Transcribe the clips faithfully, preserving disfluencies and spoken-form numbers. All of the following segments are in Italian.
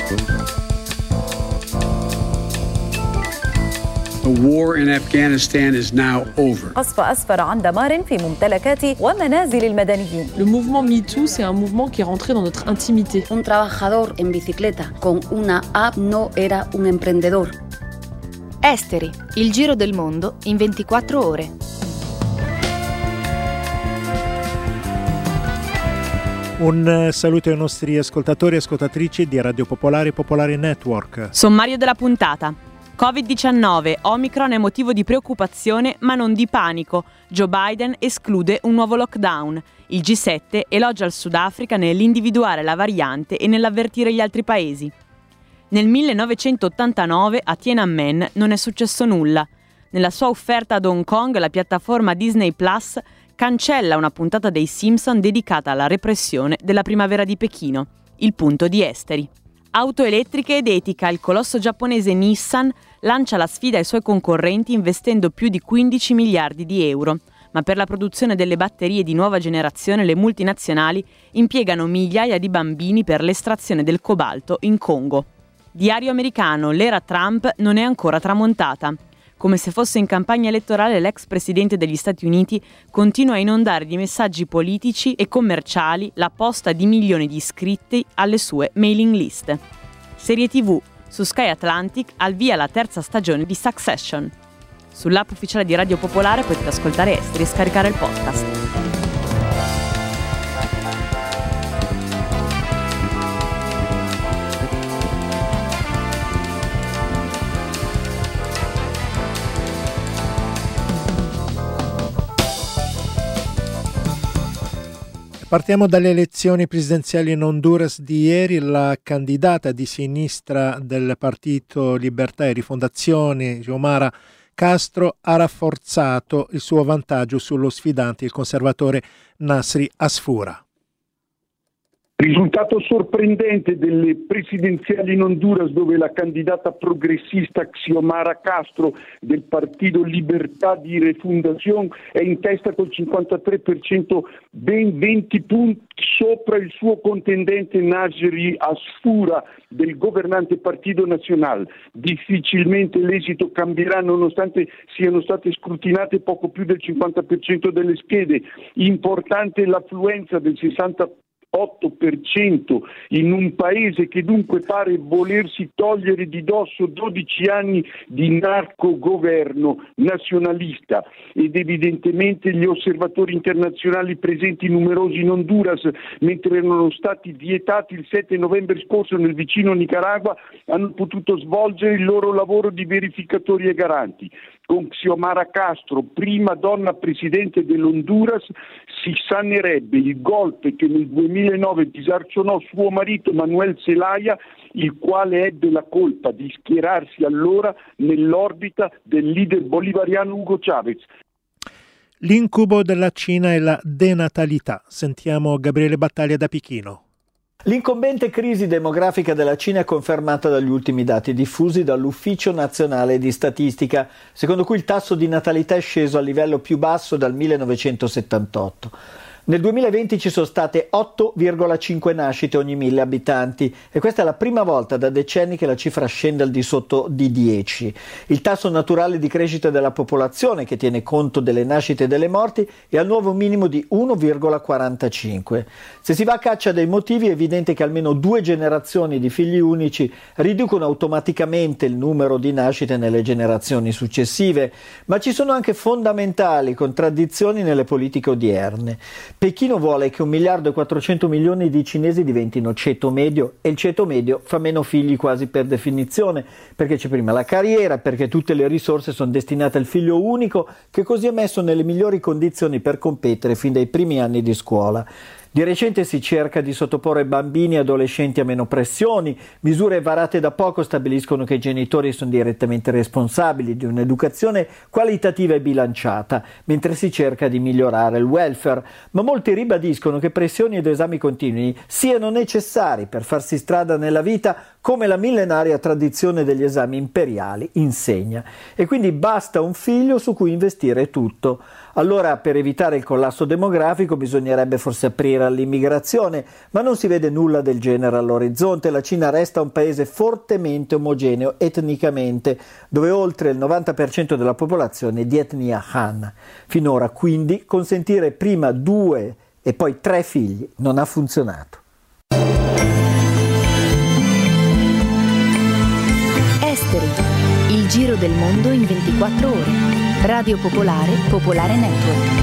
The war in Afghanistan is now over. قصف أسفر عن دمار في ممتلكات ومنازل المدنيين. Le mouvement MeToo, c'est un mouvement qui est rentré dans notre intimité. Un trabajador en bicicleta con una app no era un emprendedor. Esteri, il giro del mondo in ventiquattro ore. Un saluto ai nostri ascoltatori e ascoltatrici di Radio Popolare e Popolare Network. Sommario della puntata. covid diciannove, Omicron è motivo di preoccupazione ma non di panico. Joe Biden esclude un nuovo lockdown. Il G sette elogia il Sudafrica nell'individuare la variante e nell'avvertire gli altri paesi. Nel millenovecentottantanove a Tiananmen non è successo nulla. Nella sua offerta ad Hong Kong la piattaforma Disney Plus cancella una puntata dei Simpson dedicata alla repressione della primavera di Pechino, il punto di Esteri. Auto elettriche ed etica, il colosso giapponese Nissan lancia la sfida ai suoi concorrenti investendo più di quindici miliardi di euro. Ma per la produzione delle batterie di nuova generazione le multinazionali impiegano migliaia di bambini per l'estrazione del cobalto in Congo. Diario americano, l'era Trump non è ancora tramontata. Come se fosse in campagna elettorale, l'ex presidente degli Stati Uniti continua a inondare di messaggi politici e commerciali la posta di milioni di iscritti alle sue mailing list. Serie tivù, su Sky Atlantic al via la terza stagione di Succession. Sull'app ufficiale di Radio Popolare potete ascoltare Esteri e scaricare il podcast. Partiamo dalle elezioni presidenziali in Honduras di ieri. La candidata di sinistra del Partito Libertà e Rifondazione, Xiomara Castro, ha rafforzato il suo vantaggio sullo sfidante, il conservatore Nasri Asfura. Risultato sorprendente delle presidenziali in Honduras, dove la candidata progressista Xiomara Castro del Partito Libertà di Refundación è in testa col cinquantatré per cento, ben venti punti sopra il suo contendente Nasri Asfura del governante Partito Nacional. Difficilmente l'esito cambierà nonostante siano state scrutinate poco più del cinquanta per cento delle schede. Importante l'affluenza del sessanta otto per cento in un paese che dunque pare volersi togliere di dosso dodici anni di narcogoverno nazionalista, ed evidentemente gli osservatori internazionali presenti numerosi in Honduras, mentre erano stati vietati il sette novembre scorso nel vicino Nicaragua, hanno potuto svolgere il loro lavoro di verificatori e garanti. Con Xiomara Castro, prima donna presidente dell'Honduras, si sanerebbe il golpe che nel duemilanove disarcionò suo marito Manuel Zelaya, il quale ebbe la colpa di schierarsi allora nell'orbita del leader bolivariano Hugo Chavez. L'incubo della Cina è la denatalità. Sentiamo Gabriele Battaglia da Pechino. L'incombente crisi demografica della Cina è confermata dagli ultimi dati diffusi dall'Ufficio Nazionale di Statistica, secondo cui il tasso di natalità è sceso al livello più basso dal millenovecentosettantotto. Nel duemilaventi ci sono state otto virgola cinque nascite ogni mille abitanti e questa è la prima volta da decenni che la cifra scende al di sotto di dieci. Il tasso naturale di crescita della popolazione, che tiene conto delle nascite e delle morti, è al nuovo minimo di uno virgola quarantacinque. Se si va a caccia dei motivi è evidente che almeno due generazioni di figli unici riducono automaticamente il numero di nascite nelle generazioni successive, ma ci sono anche fondamentali contraddizioni nelle politiche odierne. Pechino vuole che un miliardo e quattrocento milioni di cinesi diventino ceto medio e il ceto medio fa meno figli quasi per definizione, perché c'è prima la carriera, perché tutte le risorse sono destinate al figlio unico, che così è messo nelle migliori condizioni per competere fin dai primi anni di scuola. Di recente si cerca di sottoporre bambini e adolescenti a meno pressioni. Misure varate da poco stabiliscono che i genitori sono direttamente responsabili di un'educazione qualitativa e bilanciata, mentre si cerca di migliorare il welfare. Ma molti ribadiscono che pressioni ed esami continui siano necessari per farsi strada nella vita, come la millenaria tradizione degli esami imperiali insegna. E quindi basta un figlio su cui investire tutto. Allora, per evitare il collasso demografico bisognerebbe forse aprire all'immigrazione, ma non si vede nulla del genere all'orizzonte. La Cina resta un paese fortemente omogeneo etnicamente, dove oltre il novanta per cento della popolazione è di etnia Han. Finora, quindi, consentire prima due e poi tre figli non ha funzionato. Esteri, il giro del mondo in ventiquattro ore. Radio Popolare, Popolare Network.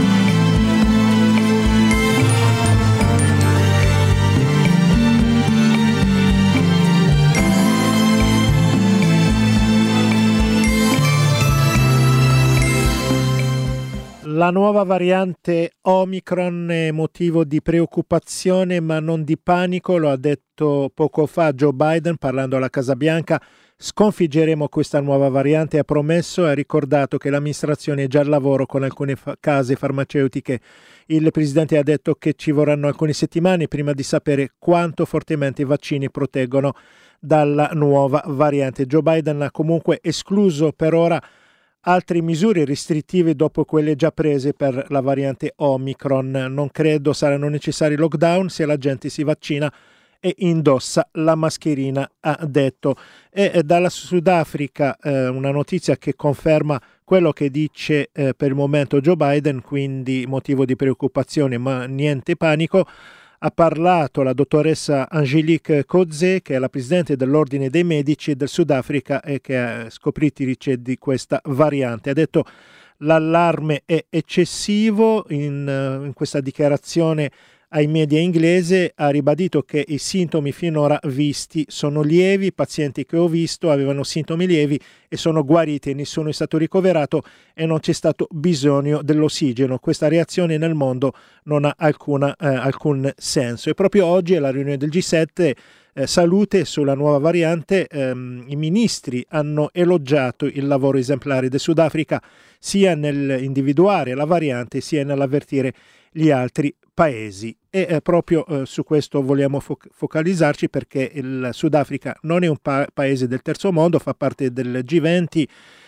La nuova variante Omicron è motivo di preoccupazione ma non di panico, lo ha detto poco fa Joe Biden parlando alla Casa Bianca. Sconfiggeremo questa nuova variante, ha promesso e ha ricordato che l'amministrazione è già al lavoro con alcune fa- case farmaceutiche. Il presidente ha detto che ci vorranno alcune settimane prima di sapere quanto fortemente i vaccini proteggono dalla nuova variante. Joe Biden ha comunque escluso per ora altre misure restrittive dopo quelle già prese per la variante Omicron. Non credo saranno necessari lockdown se la gente si vaccina e indossa la mascherina, ha detto. E eh, dalla Sudafrica eh, una notizia che conferma quello che dice eh, per il momento Joe Biden, quindi motivo di preoccupazione ma niente panico. Ha parlato la dottoressa Angelique Coetzee, che è la presidente dell'Ordine dei Medici del Sudafrica e che ha scoperto di questa variante. Ha detto l'allarme è eccessivo. In, in questa dichiarazione ai media inglese ha ribadito che i sintomi finora visti sono lievi, i pazienti che ho visto avevano sintomi lievi e sono guariti, nessuno è stato ricoverato e non c'è stato bisogno dell'ossigeno. Questa reazione nel mondo non ha alcuna, eh, alcun senso. E proprio oggi alla riunione del G sette eh, salute sulla nuova variante, ehm, i ministri hanno elogiato il lavoro esemplare del Sudafrica sia nell'individuare la variante sia nell'avvertire gli altri paesi. E eh, proprio eh, su questo vogliamo fo- focalizzarci perché il Sudafrica non è un pa- paese del terzo mondo, fa parte del G venti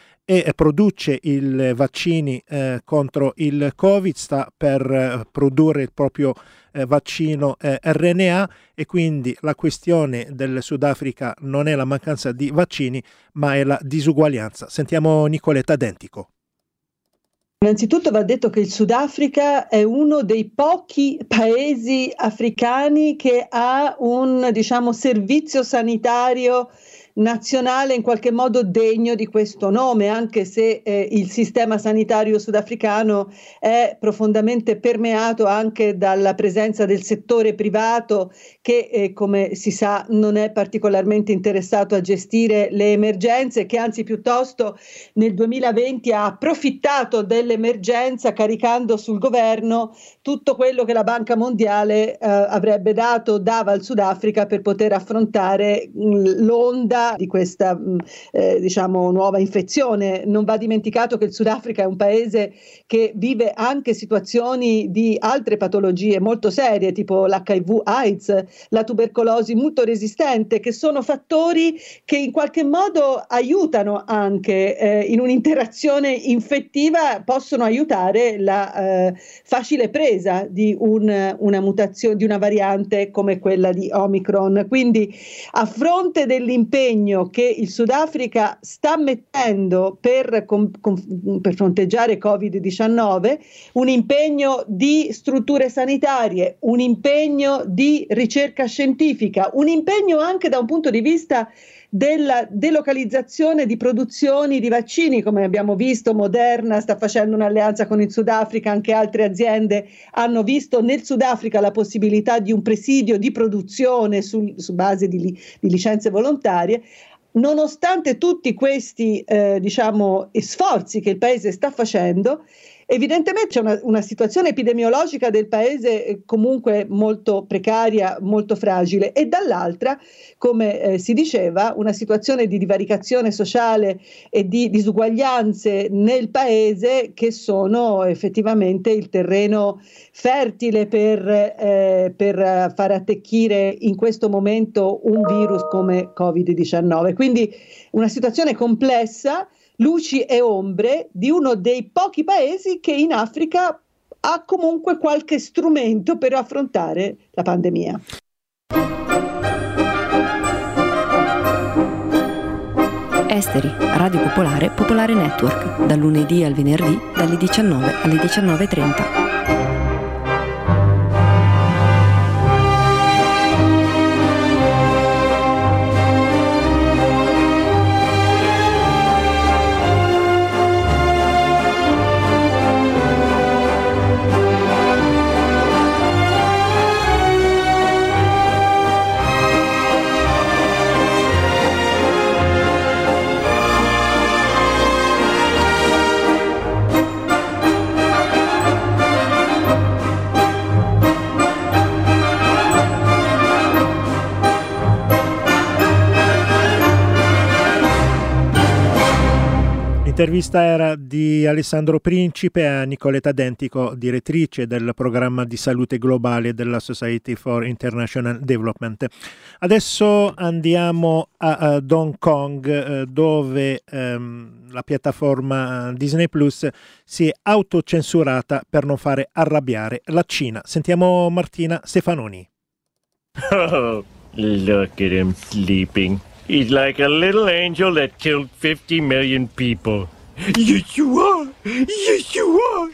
e eh, produce i vaccini eh, contro il Covid, sta per eh, produrre il proprio eh, vaccino eh, R N A e quindi la questione del Sudafrica non è la mancanza di vaccini ma è la disuguaglianza. Sentiamo Nicoletta Dentico. Innanzitutto va detto che il Sudafrica è uno dei pochi paesi africani che ha un, diciamo, servizio sanitario nazionale in qualche modo degno di questo nome, anche se eh, il sistema sanitario sudafricano è profondamente permeato anche dalla presenza del settore privato che eh, come si sa non è particolarmente interessato a gestire le emergenze, che anzi piuttosto nel duemilaventi ha approfittato dell'emergenza caricando sul governo tutto quello che la Banca Mondiale eh, avrebbe dato, dava al Sudafrica per poter affrontare mh, l'onda di questa eh, diciamo nuova infezione. Non va dimenticato che il Sudafrica è un paese che vive anche situazioni di altre patologie molto serie, tipo l'H I V AIDS, la tubercolosi molto resistente, che sono fattori che in qualche modo aiutano anche eh, in un'interazione infettiva, possono aiutare la eh, facile presa di un, una mutazione, di una variante come quella di Omicron. Quindi a fronte dell'impegno che il Sudafrica sta mettendo per, com, com, per fronteggiare covid diciannove, un impegno di strutture sanitarie, un impegno di ricerca scientifica, un impegno anche da un punto di vista della delocalizzazione di produzioni di vaccini, come abbiamo visto Moderna sta facendo un'alleanza con il Sudafrica, anche altre aziende hanno visto nel Sudafrica la possibilità di un presidio di produzione sul, su base di, di licenze volontarie. Nonostante tutti questi eh, diciamo sforzi che il paese sta facendo, evidentemente c'è una, una situazione epidemiologica del paese eh, comunque molto precaria, molto fragile, e dall'altra, come eh, si diceva, una situazione di divaricazione sociale e di disuguaglianze nel paese che sono effettivamente il terreno fertile per, eh, per far attecchire in questo momento un virus come covid diciannove. Quindi una situazione complessa. luci e ombre di uno dei pochi paesi che in Africa ha comunque qualche strumento per affrontare la pandemia. Esteri, Radio Popolare, Popolare Network, dal lunedì al venerdì, dalle diciannove alle diciannove e trenta. L'intervista era di Alessandro Principe a Nicoletta Dentico, direttrice del programma di salute globale della Society for International Development. Adesso andiamo a, a Hong Kong, eh, dove ehm, la piattaforma Disney Plus si è autocensurata per non fare arrabbiare la Cina. Sentiamo Martina Stefanoni. Oh, look at him sleeping. He's like a little angel that killed fifty million people. Yes, you are! Yes, you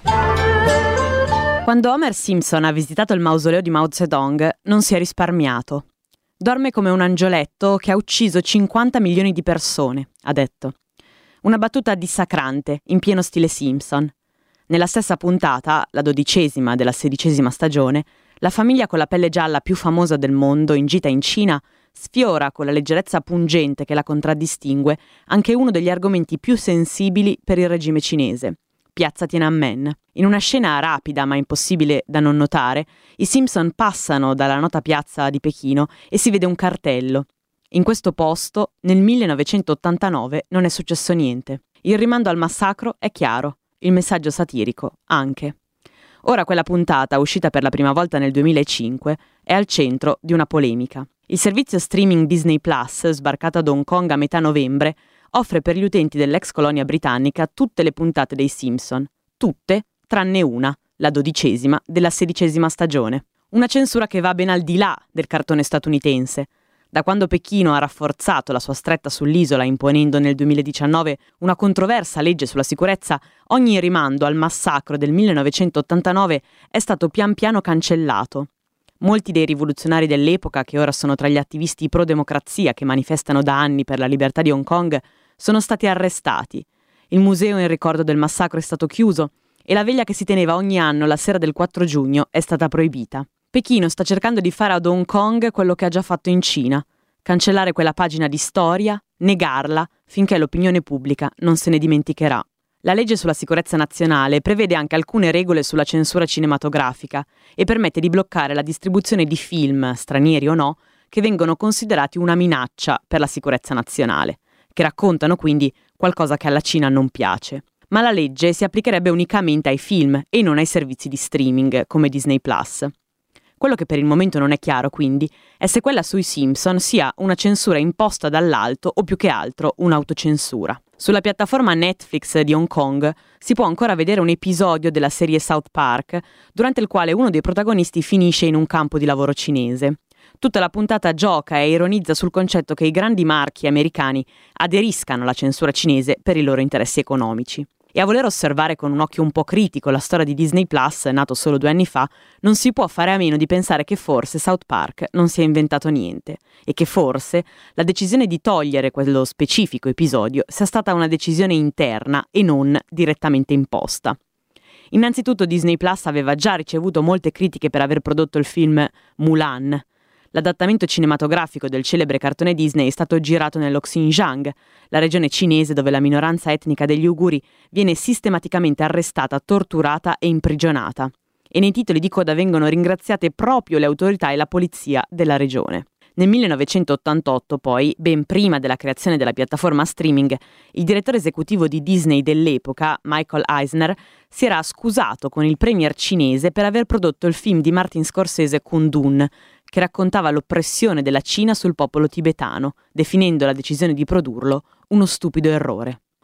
are! Quando Homer Simpson ha visitato il mausoleo di Mao Zedong, non si è risparmiato. Dorme come un angioletto che ha ucciso cinquanta milioni di persone, ha detto. Una battuta dissacrante, in pieno stile Simpson. Nella stessa puntata, la dodicesima della sedicesima stagione, la famiglia con la pelle gialla più famosa del mondo, in gita in Cina, sfiora con la leggerezza pungente che la contraddistingue anche uno degli argomenti più sensibili per il regime cinese, Piazza Tiananmen. In una scena rapida ma impossibile da non notare, i Simpson passano dalla nota piazza di Pechino e si vede un cartello. In questo posto, nel millenovecentottantanove, non è successo niente. Il rimando al massacro è chiaro, il messaggio satirico anche. Ora quella puntata, uscita per la prima volta nel duemilacinque, è al centro di una polemica. Il servizio streaming Disney Plus, sbarcato ad Hong Kong a metà novembre, offre per gli utenti dell'ex colonia britannica tutte le puntate dei Simpson, tutte tranne una, la dodicesima della sedicesima stagione. Una censura che va ben al di là del cartone statunitense. Da quando Pechino ha rafforzato la sua stretta sull'isola imponendo nel duemiladiciannove una controversa legge sulla sicurezza, ogni rimando al massacro del millenovecentottantanove è stato pian piano cancellato. Molti dei rivoluzionari dell'epoca, che ora sono tra gli attivisti pro-democrazia che manifestano da anni per la libertà di Hong Kong, sono stati arrestati. Il museo in ricordo del massacro è stato chiuso e la veglia che si teneva ogni anno la sera del quattro giugno è stata proibita. Pechino sta cercando di fare ad Hong Kong quello che ha già fatto in Cina, cancellare quella pagina di storia, negarla finché l'opinione pubblica non se ne dimenticherà. La legge sulla sicurezza nazionale prevede anche alcune regole sulla censura cinematografica e permette di bloccare la distribuzione di film, stranieri o no, che vengono considerati una minaccia per la sicurezza nazionale, che raccontano quindi qualcosa che alla Cina non piace. Ma la legge si applicherebbe unicamente ai film e non ai servizi di streaming come Disney Plus. Quello che per il momento non è chiaro, quindi, è se quella sui Simpson sia una censura imposta dall'alto o più che altro un'autocensura. Sulla piattaforma Netflix di Hong Kong si può ancora vedere un episodio della serie South Park, durante il quale uno dei protagonisti finisce in un campo di lavoro cinese. Tutta la puntata gioca e ironizza sul concetto che i grandi marchi americani aderiscano alla censura cinese per i loro interessi economici. E a voler osservare con un occhio un po' critico la storia di Disney Plus, nato solo due anni fa, non si può fare a meno di pensare che forse South Park non si è inventato niente e che forse la decisione di togliere quello specifico episodio sia stata una decisione interna e non direttamente imposta. Innanzitutto Disney Plus aveva già ricevuto molte critiche per aver prodotto il film Mulan. L'adattamento cinematografico del celebre cartone Disney è stato girato nello Xinjiang, la regione cinese dove la minoranza etnica degli uiguri viene sistematicamente arrestata, torturata e imprigionata. E nei titoli di coda vengono ringraziate proprio le autorità e la polizia della regione. Nel millenovecentottantotto, poi, ben prima della creazione della piattaforma streaming, il direttore esecutivo di Disney dell'epoca, Michael Eisner, si era scusato con il premier cinese per aver prodotto il film di Martin Scorsese Kundun, che raccontava l'oppressione della Cina sul popolo tibetano, definendo la decisione di produrlo uno stupido errore.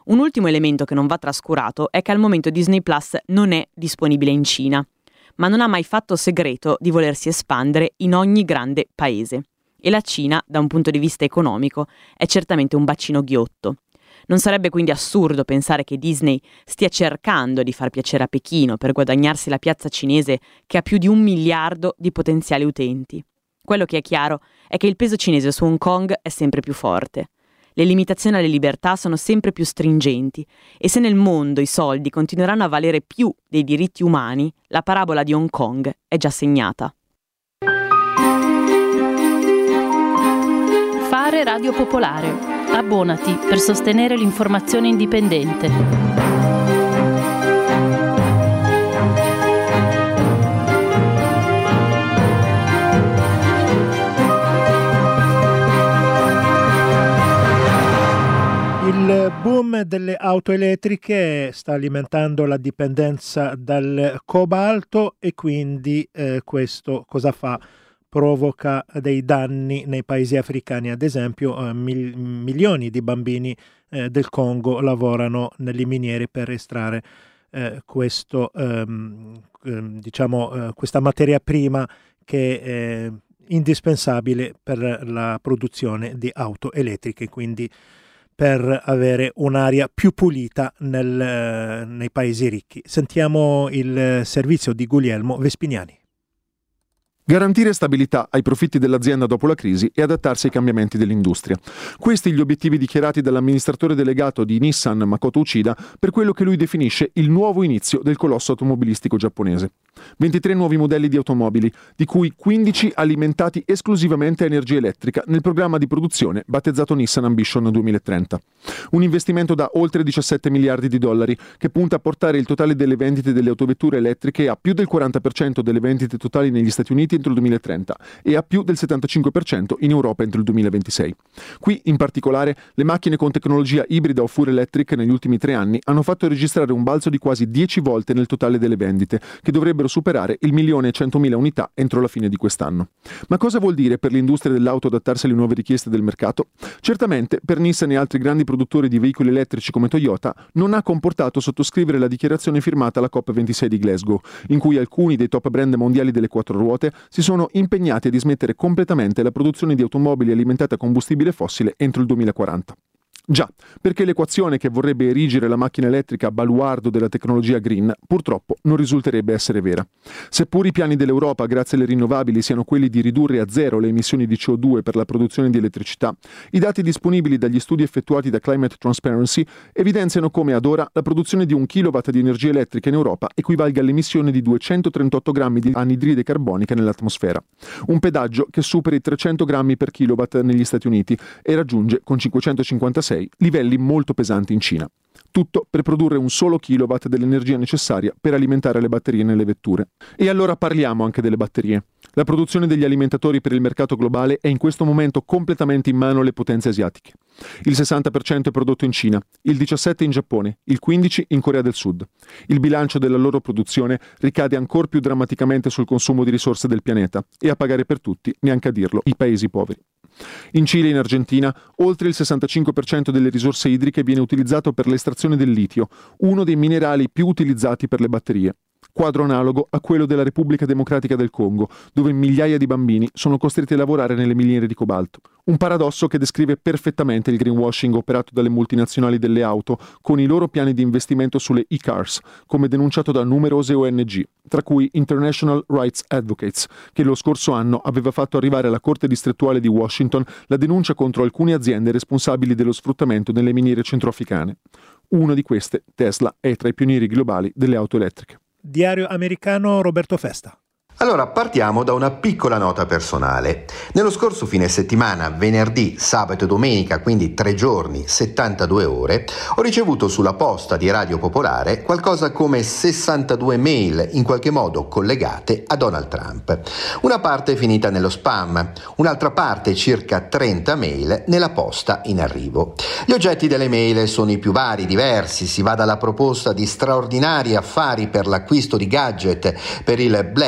Un ultimo elemento che non va trascurato è che al momento Disney Plus non è disponibile in Cina, ma non ha mai fatto segreto di volersi espandere in ogni grande paese. E la Cina, da un punto di vista economico, è certamente un bacino ghiotto. Non sarebbe quindi assurdo pensare che Disney stia cercando di far piacere a Pechino per guadagnarsi la piazza cinese che ha più di un miliardo di potenziali utenti. Quello che è chiaro è che il peso cinese su Hong Kong è sempre più forte. Le limitazioni alle libertà sono sempre più stringenti e se nel mondo i soldi continueranno a valere più dei diritti umani, la parabola di Hong Kong è già segnata. Fare Radio Popolare. Abbonati per sostenere l'informazione indipendente. Il boom delle auto elettriche sta alimentando la dipendenza dal cobalto e quindi eh, questo cosa fa? Provoca dei danni nei paesi africani. Ad esempio eh, mil- milioni di bambini eh, del Congo lavorano nelle miniere per estrarre eh, questo, ehm, ehm, diciamo, eh, questa materia prima che è indispensabile per la produzione di auto elettriche, quindi per avere un'aria più pulita nel, nei paesi ricchi. Sentiamo il servizio di Guglielmo Vespiniani. Garantire stabilità ai profitti dell'azienda dopo la crisi e adattarsi ai cambiamenti dell'industria. Questi gli obiettivi dichiarati dall'amministratore delegato di Nissan Makoto Uchida per quello che lui definisce il nuovo inizio del colosso automobilistico giapponese. ventitré nuovi modelli di automobili, di cui quindici alimentati esclusivamente a energia elettrica nel programma di produzione battezzato Nissan Ambition duemilatrenta. Un investimento da oltre diciassette miliardi di dollari che punta a portare il totale delle vendite delle autovetture elettriche a più del quaranta per cento delle vendite totali negli Stati Uniti entro il duemilatrenta e a più del settantacinque per cento in Europa entro il duemilaventisei. Qui, in particolare, le macchine con tecnologia ibrida o full electric negli ultimi tre anni hanno fatto registrare un balzo di quasi dieci volte nel totale delle vendite, che dovrebbero superare il milione e centomila unità entro la fine di quest'anno. Ma cosa vuol dire per l'industria dell'auto adattarsi alle nuove richieste del mercato? Certamente, per Nissan e altri grandi produttori di veicoli elettrici come Toyota, non ha comportato sottoscrivere la dichiarazione firmata alla COP ventisei di Glasgow, in cui alcuni dei top brand mondiali delle quattro ruote si sono impegnati a dismettere completamente la produzione di automobili alimentate a combustibile fossile entro il duemilaquaranta. Già, perché l'equazione che vorrebbe erigere la macchina elettrica a baluardo della tecnologia green purtroppo non risulterebbe essere vera. Seppur i piani dell'Europa grazie alle rinnovabili siano quelli di ridurre a zero le emissioni di C O due per la produzione di elettricità, i dati disponibili dagli studi effettuati da Climate Transparency evidenziano come ad ora la produzione di un kilowatt di energia elettrica in Europa equivalga all'emissione di duecentotrentotto grammi di anidride carbonica nell'atmosfera, un pedaggio che supera i trecento grammi per kilowatt negli Stati Uniti e raggiunge con cinquecentocinquantasei livelli molto pesanti in Cina. Tutto per produrre un solo kilowatt dell'energia necessaria per alimentare le batterie nelle vetture. E allora parliamo anche delle batterie. La produzione degli alimentatori per il mercato globale è in questo momento completamente in mano alle potenze asiatiche. Il sessanta per cento è prodotto in Cina, il diciassette per cento in Giappone, il quindici per cento in Corea del Sud. Il bilancio della loro produzione ricade ancor più drammaticamente sul consumo di risorse del pianeta e a pagare per tutti, neanche a dirlo, i paesi poveri. In Cile e in Argentina, oltre il sessantacinque per cento delle risorse idriche viene utilizzato per l'estrazione del litio, uno dei minerali più utilizzati per le batterie. Quadro analogo a quello della Repubblica Democratica del Congo, dove migliaia di bambini sono costretti a lavorare nelle miniere di cobalto. Un paradosso che descrive perfettamente il greenwashing operato dalle multinazionali delle auto con i loro piani di investimento sulle e-cars, come denunciato da numerose O N G, tra cui International Rights Advocates, che lo scorso anno aveva fatto arrivare alla Corte distrettuale di Washington la denuncia contro alcune aziende responsabili dello sfruttamento nelle miniere centroafricane. Una di queste, Tesla, è tra i pionieri globali delle auto elettriche. Diario americano Roberto Festa. Allora, partiamo da una piccola nota personale. Nello scorso fine settimana, venerdì, sabato e domenica, quindi tre giorni, settantadue ore, ho ricevuto sulla posta di Radio Popolare qualcosa come sessantadue mail in qualche modo collegate a Donald Trump. Una parte è finita nello spam, un'altra parte, circa trenta mail, nella posta in arrivo. Gli oggetti delle mail sono i più vari, diversi, si va dalla proposta di straordinari affari per l'acquisto di gadget per il Black Friday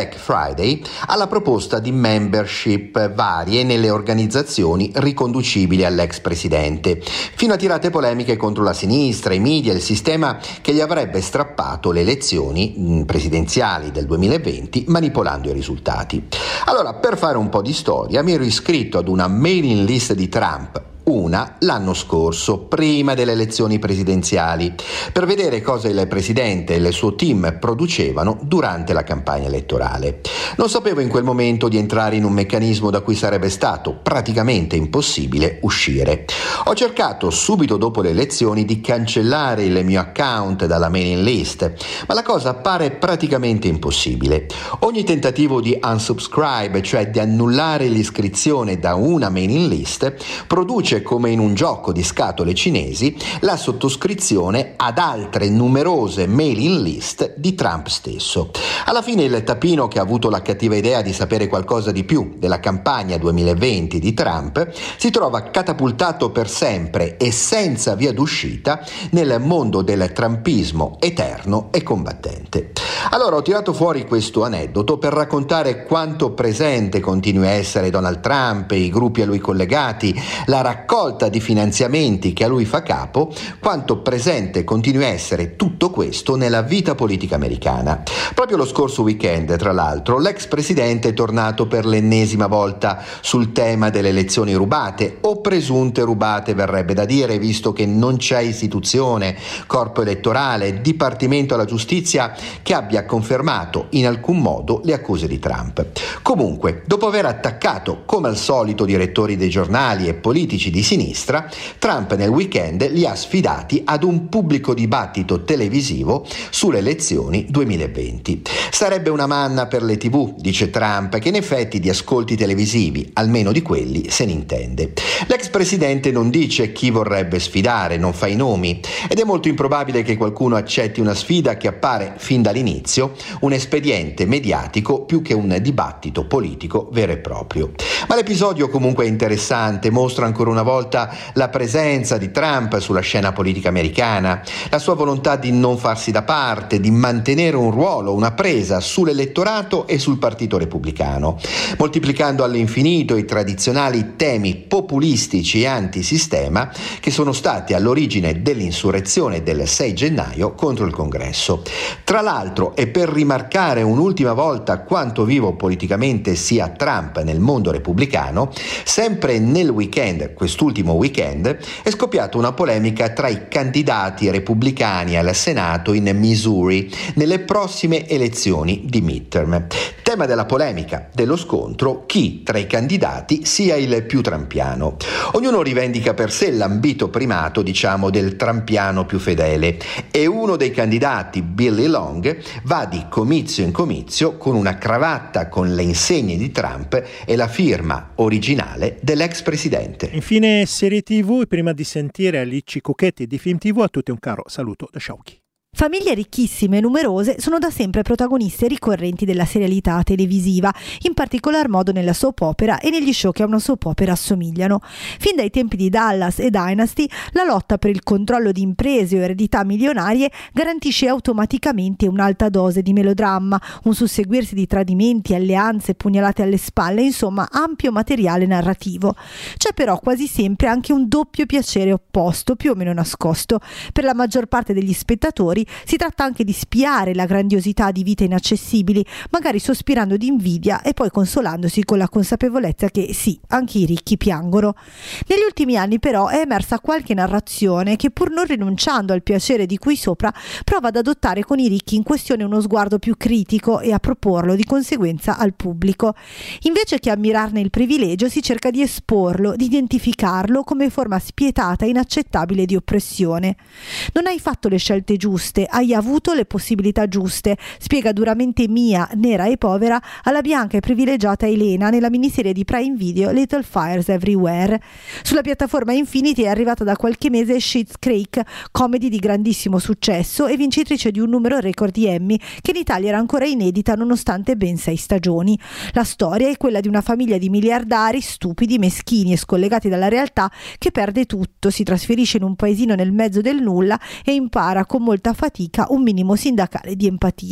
Friday alla proposta di membership varie nelle organizzazioni riconducibili all'ex presidente, fino a tirate polemiche contro la sinistra, i media e il sistema che gli avrebbe strappato le elezioni presidenziali del duemilaventi manipolando i risultati. Allora, per fare un po' di storia, mi ero iscritto ad una mailing list di Trump, una l'anno scorso, prima delle elezioni presidenziali, per vedere cosa il presidente e il suo team producevano durante la campagna elettorale. Non sapevo in quel momento di entrare in un meccanismo da cui sarebbe stato praticamente impossibile uscire. Ho cercato subito dopo le elezioni di cancellare il mio account dalla mailing list, ma la cosa appare praticamente impossibile. Ogni tentativo di unsubscribe, cioè di annullare l'iscrizione da una mailing list, produce, come in un gioco di scatole cinesi, la sottoscrizione ad altre numerose mailing list di Trump stesso. Alla fine il tapino, che ha avuto la cattiva idea di sapere qualcosa di più della campagna duemilaventi di Trump, si trova catapultato per sempre e senza via d'uscita nel mondo del trumpismo eterno e combattente. Allora ho tirato fuori questo aneddoto per raccontare quanto presente continui a essere Donald Trump e i gruppi a lui collegati, la raccolta di finanziamenti che a lui fa capo, quanto presente continui a essere tutto questo nella vita politica americana. Proprio lo scorso weekend, tra l'altro, l'ex presidente è tornato per l'ennesima volta sul tema delle elezioni rubate, o presunte rubate verrebbe da dire, visto che non c'è istituzione, corpo elettorale, dipartimento alla giustizia che abbia confermato in alcun modo le accuse di Trump. Comunque, dopo aver attaccato come al solito direttori dei giornali e politici di sinistra, Trump nel weekend li ha sfidati ad un pubblico dibattito televisivo sulle elezioni duemilaventi. Sarebbe una manna per le tivù, dice Trump, che in effetti di ascolti televisivi, almeno di quelli, se ne intende. L'ex presidente non dice chi vorrebbe sfidare, non fa i nomi, ed è molto improbabile che qualcuno accetti una sfida che appare fin dall'inizio un espediente mediatico più che un dibattito politico vero e proprio. Ma l'episodio comunque è interessante, mostra ancora una volta la presenza di Trump sulla scena politica americana, la sua volontà di non farsi da parte, di mantenere un ruolo, una presa sull'elettorato e sul partito repubblicano, moltiplicando all'infinito i tradizionali temi populistici e antisistema che sono stati all'origine dell'insurrezione del sei gennaio contro il Congresso. Tra l'altro, e per rimarcare un'ultima volta quanto vivo politicamente sia Trump nel mondo repubblicano, sempre nel weekend, quest'ultimo weekend, è scoppiata una polemica tra i candidati repubblicani al Senato in Missouri nelle prossime elezioni di midterm. Tema della polemica, dello scontro, chi tra i candidati sia il più trampiano. Ognuno rivendica per sé l'ambito primato, diciamo, del trampiano più fedele, e uno dei candidati, Billy Long, va di comizio in comizio con una cravatta con le insegne di Trump e la firma originale dell'ex presidente. Infine serie tivù, prima di sentire Alici Cucchetti di Film tivù, a tutti un caro saluto da Sciauchi. Famiglie ricchissime e numerose sono da sempre protagoniste ricorrenti della serialità televisiva, in particolar modo nella soap opera e negli show che a una soap opera assomigliano. Fin dai tempi di Dallas e Dynasty, la lotta per il controllo di imprese o eredità milionarie garantisce automaticamente un'alta dose di melodramma, un susseguirsi di tradimenti, alleanze, pugnalate alle spalle, insomma ampio materiale narrativo. C'è però quasi sempre anche un doppio piacere opposto, più o meno nascosto. Per la maggior parte degli spettatori si tratta anche di spiare la grandiosità di vite inaccessibili, magari sospirando di invidia e poi consolandosi con la consapevolezza che sì, anche i ricchi piangono. Negli ultimi anni però è emersa qualche narrazione che, pur non rinunciando al piacere di cui sopra, prova ad adottare con i ricchi in questione uno sguardo più critico e a proporlo di conseguenza al pubblico. Invece che ammirarne il privilegio, si cerca di esporlo, di identificarlo come forma spietata e inaccettabile di oppressione. Non hai fatto le scelte giuste, hai avuto le possibilità giuste, spiega duramente Mia, nera e povera, alla bianca e privilegiata Elena nella miniserie di Prime Video Little Fires Everywhere. Sulla piattaforma Infinity è arrivata da qualche mese Schitt's Creek, comedy di grandissimo successo e vincitrice di un numero record di Emmy, che in Italia era ancora inedita nonostante ben sei stagioni. La storia è quella di una famiglia di miliardari stupidi, meschini e scollegati dalla realtà che perde tutto, si trasferisce in un paesino nel mezzo del nulla e impara con molta fatica un minimo sindacale di empatia.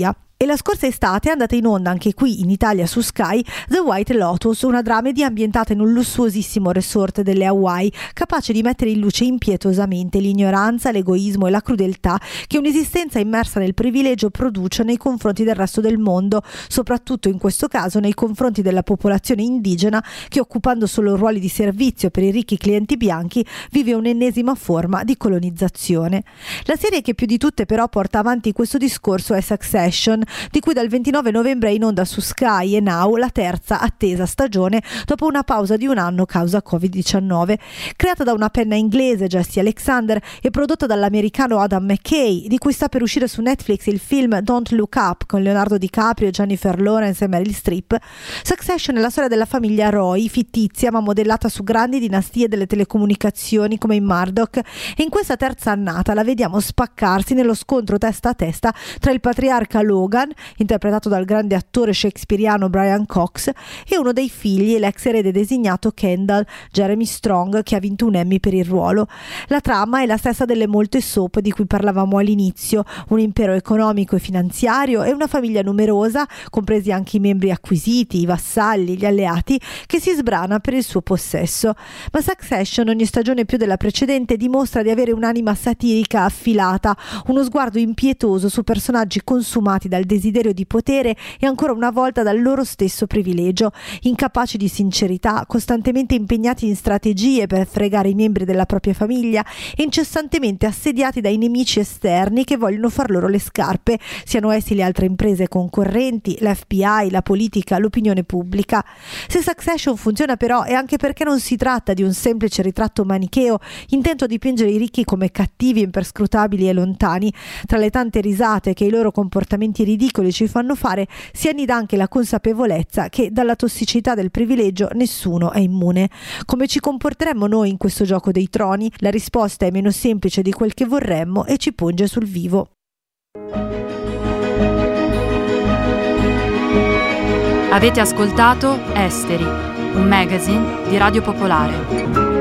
E la scorsa estate è andata in onda anche qui in Italia su Sky The White Lotus, una dramedy ambientata in un lussuosissimo resort delle Hawaii, capace di mettere in luce impietosamente l'ignoranza, l'egoismo e la crudeltà che un'esistenza immersa nel privilegio produce nei confronti del resto del mondo, soprattutto in questo caso nei confronti della popolazione indigena che, occupando solo ruoli di servizio per i ricchi clienti bianchi, vive un'ennesima forma di colonizzazione. La serie che più di tutte però porta avanti questo discorso è Succession, di cui dal ventinove novembre è in onda su Sky e Now la terza attesa stagione dopo una pausa di un anno causa covid diciannove. Creata da una penna inglese, Jesse Alexander, e prodotta dall'americano Adam McKay, di cui sta per uscire su Netflix il film Don't Look Up con Leonardo DiCaprio, Jennifer Lawrence e Meryl Streep, Succession è la storia della famiglia Roy, fittizia ma modellata su grandi dinastie delle telecomunicazioni come i Murdoch, e in questa terza annata la vediamo spaccarsi nello scontro testa a testa tra il patriarca Logan, interpretato dal grande attore shakespeariano Brian Cox, e uno dei figli, l'ex erede designato Kendall, Jeremy Strong, che ha vinto un Emmy per il ruolo. La trama è la stessa delle molte soap di cui parlavamo all'inizio: un impero economico e finanziario e una famiglia numerosa, compresi anche i membri acquisiti, i vassalli, gli alleati, che si sbrana per il suo possesso. Ma Succession, ogni stagione più della precedente, dimostra di avere un'anima satirica affilata, uno sguardo impietoso su personaggi consumati dal desiderio di potere e ancora una volta dal loro stesso privilegio, incapaci di sincerità, costantemente impegnati in strategie per fregare i membri della propria famiglia e incessantemente assediati dai nemici esterni che vogliono far loro le scarpe, siano essi le altre imprese concorrenti, l'F B I, la politica, l'opinione pubblica. Se Succession funziona però è anche perché non si tratta di un semplice ritratto manicheo intento a dipingere i ricchi come cattivi, imperscrutabili e lontani. Tra le tante risate che i loro comportamenti ridicoli ci fanno fare si annida anche la consapevolezza che dalla tossicità del privilegio nessuno è immune. Come ci comporteremmo noi in questo gioco dei troni? La risposta è meno semplice di quel che vorremmo e ci punge sul vivo. Avete ascoltato Esteri, un magazine di Radio Popolare.